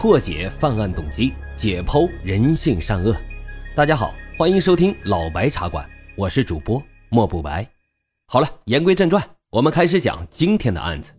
破解犯案动机，解剖人性善恶。大家好，欢迎收听老白茶馆，我是主播莫不白。好了，言归正传，我们开始讲今天的案子。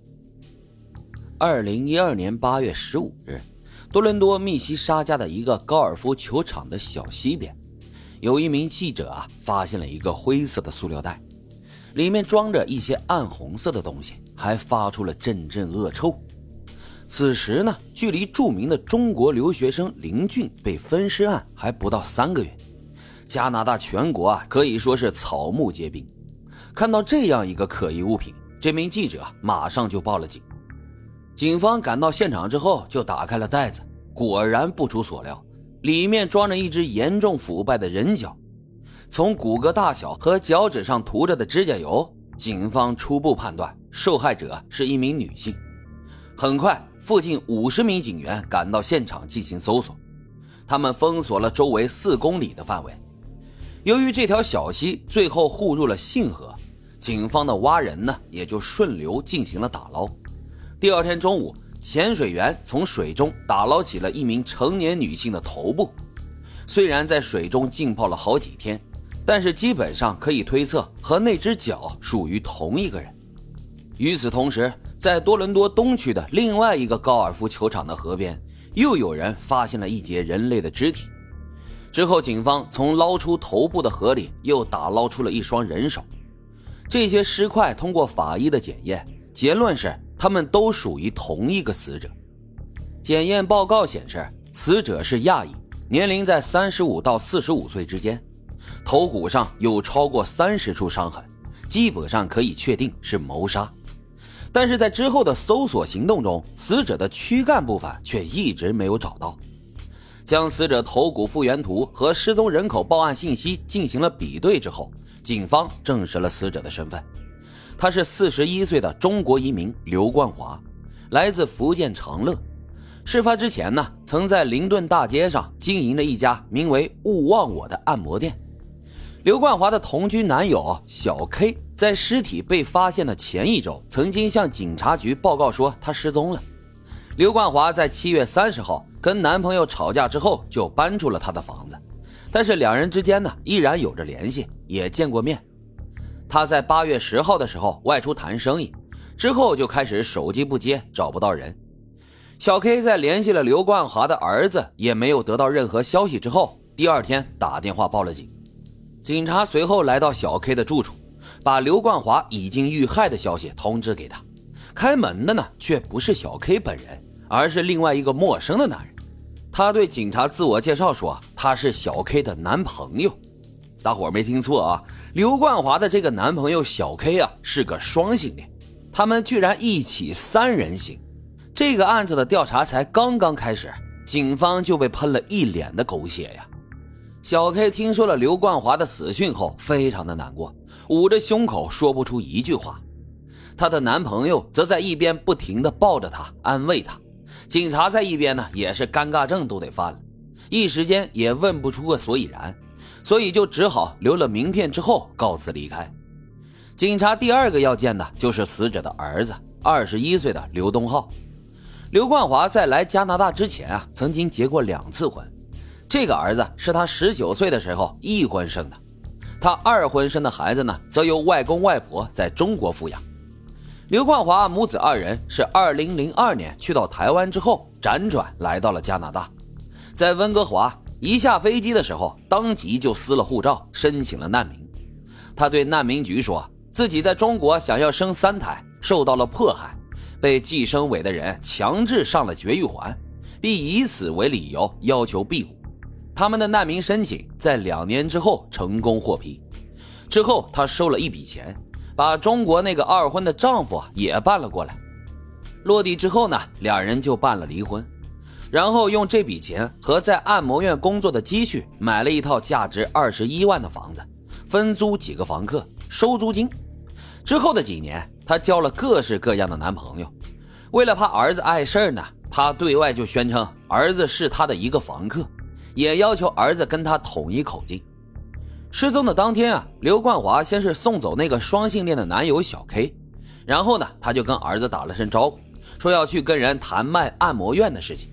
2012年8月15日，多伦多密西沙加的一个高尔夫球场的小溪边，有一名记者发现了一个灰色的塑料袋，里面装着一些暗红色的东西，还发出了阵阵恶臭。此时呢，距离著名的中国留学生林俊被分尸案还不到3个月，加拿大全国可以说是草木皆兵。看到这样一个可疑物品，这名记者马上就报了警。警方赶到现场之后，就打开了袋子，果然不出所料，里面装着一只严重腐败的人脚。从骨骼大小和脚趾上涂着的指甲油，警方初步判断受害者是一名女性。很快，附近50名警员赶到现场进行搜索，他们封锁了周围4公里的范围。由于这条小溪最后互入了信河，警方的蛙人呢也就顺流进行了打捞。第二天中午，潜水员从水中打捞起了一名成年女性的头部。虽然在水中浸泡了好几天，但是基本上可以推测和那只脚属于同一个人。与此同时，在多伦多东区的另外一个高尔夫球场的河边，又有人发现了一截人类的肢体。之后警方从捞出头部的河里又打捞出了一双人手。这些尸块通过法医的检验，结论是他们都属于同一个死者。检验报告显示，死者是亚裔，年龄在35到45岁之间，头骨上有超过30处伤痕，基本上可以确定是谋杀。但是在之后的搜索行动中，死者的躯干部分却一直没有找到。将死者头骨复原图和失踪人口报案信息进行了比对之后，警方证实了死者的身份。他是41岁的中国移民刘冠华，来自福建长乐。事发之前呢，曾在灵顿大街上经营着一家名为勿忘我的按摩店。刘冠华的同居男友小 K 在尸体被发现的前一周曾经向警察局报告说他失踪了。刘冠华在7月30号跟男朋友吵架之后就搬出了他的房子，但是两人之间呢依然有着联系，也见过面。他在8月10号的时候外出谈生意，之后就开始手机不接，找不到人。小 K 在联系了刘冠华的儿子，也没有得到任何消息之后，第二天打电话报了警。警察随后来到小 K 的住处，把刘冠华已经遇害的消息通知给他。开门的呢却不是小 K 本人，而是另外一个陌生的男人。他对警察自我介绍说他是小 K 的男朋友。大伙没听错刘冠华的这个男朋友小 K 是个双性恋，他们居然一起3人行。这个案子的调查才刚刚开始，警方就被喷了一脸的狗血呀。小 K 听说了刘冠华的死讯后非常的难过，捂着胸口说不出一句话。她的男朋友则在一边不停地抱着她安慰她，警察在一边呢也是尴尬症都得犯了，一时间也问不出个所以然，所以就只好留了名片之后告辞离开。警察第二个要见的就是死者的儿子，21岁的刘东浩。刘冠华在来加拿大之前曾经结过2次婚，这个儿子是他19岁的时候一婚生的，他2婚生的孩子呢则由外公外婆在中国抚养。刘冠华母子2人是2002年去到台湾之后辗转来到了加拿大，在温哥华一下飞机的时候当即就撕了护照，申请了难民。他对难民局说自己在中国想要生3胎，受到了迫害，被计生委的人强制上了绝育环，并以此为理由要求庇护。他们的难民申请在2年之后成功获批。之后他收了一笔钱，把中国那个2婚的丈夫也办了过来。落地之后呢，2人就办了离婚，然后用这笔钱和在按摩院工作的积蓄买了一套价值21万的房子，分租几个房客，收租金。之后的几年，她交了各式各样的男朋友。为了怕儿子碍事呢，她对外就宣称儿子是她的一个房客，也要求儿子跟她统一口径。失踪的当天刘冠华先是送走那个双性恋的男友小 K， 然后呢，他就跟儿子打了声招呼，说要去跟人谈卖按摩院的事情。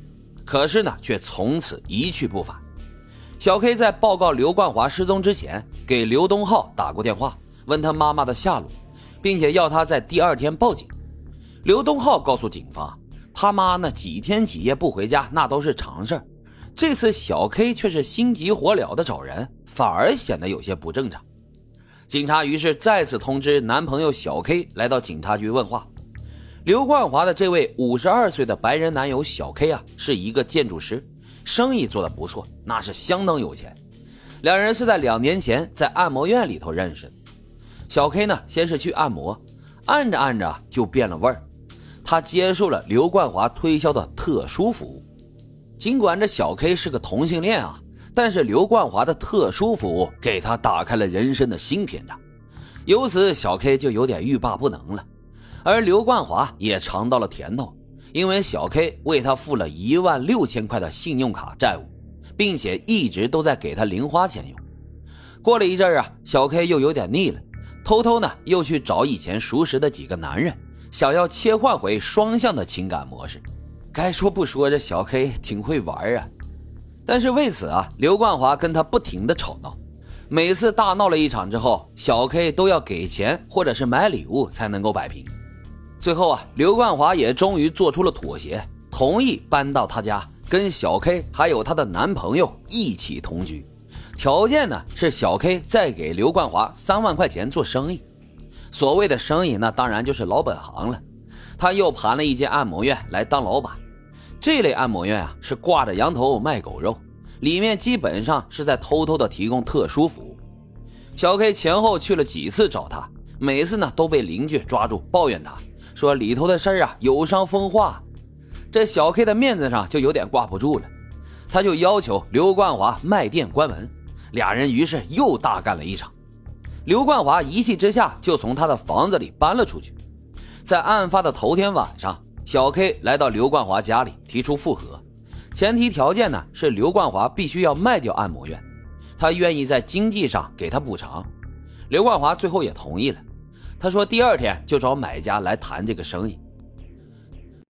可是呢却从此一去不返。小 K 在报告刘冠华失踪之前，给刘东浩打过电话，问他妈妈的下落，并且要他在第二天报警。刘东浩告诉警方，他妈呢几天几夜不回家那都是常事儿，这次小 K 却是心急火燎的找人，反而显得有些不正常。警察于是再次通知男朋友小 K 来到警察局问话。刘冠华的这位52岁的白人男友小 K 啊，是一个建筑师，生意做得不错，那是相当有钱。两人是在2年前在按摩院里头认识的。小 K 呢，先是去按摩，按着按着就变了味儿，他接受了刘冠华推销的特殊服务。尽管这小 K 是个同性恋啊，但是刘冠华的特殊服务给他打开了人生的新篇章。由此小 K 就有点欲罢不能了，而刘冠华也尝到了甜头，因为小 K 为他付了16000块的信用卡债务，并且一直都在给他零花钱用。过了一阵啊，小 K 又有点腻了，偷偷呢又去找以前熟识的几个男人，想要切换回双向的情感模式。该说不说，这小 K 挺会玩啊。但是为此啊，刘冠华跟他不停的吵闹，每次大闹了一场之后，小 K 都要给钱或者是买礼物才能够摆平。最后啊，刘冠华也终于做出了妥协，同意搬到他家，跟小 K 还有她的男朋友一起同居。条件呢是小 K 再给刘冠华3万块钱做生意。所谓的生意那当然就是老本行了。他又盘了一间按摩院来当老板。这类按摩院啊是挂着羊头卖狗肉，里面基本上是在偷偷的提供特殊服务。小 K 前后去了几次找他，每次呢都被邻居抓住抱怨他，说里头的事啊有伤风化。这小 K 的面子上就有点挂不住了，他就要求刘冠华卖店关门，俩人于是又大干了一场。刘冠华一气之下就从他的房子里搬了出去。在案发的头天晚上，小 K 来到刘冠华家里提出复合，前提条件呢是刘冠华必须要卖掉按摩院，他愿意在经济上给他补偿。刘冠华最后也同意了，他说第二天就找买家来谈这个生意。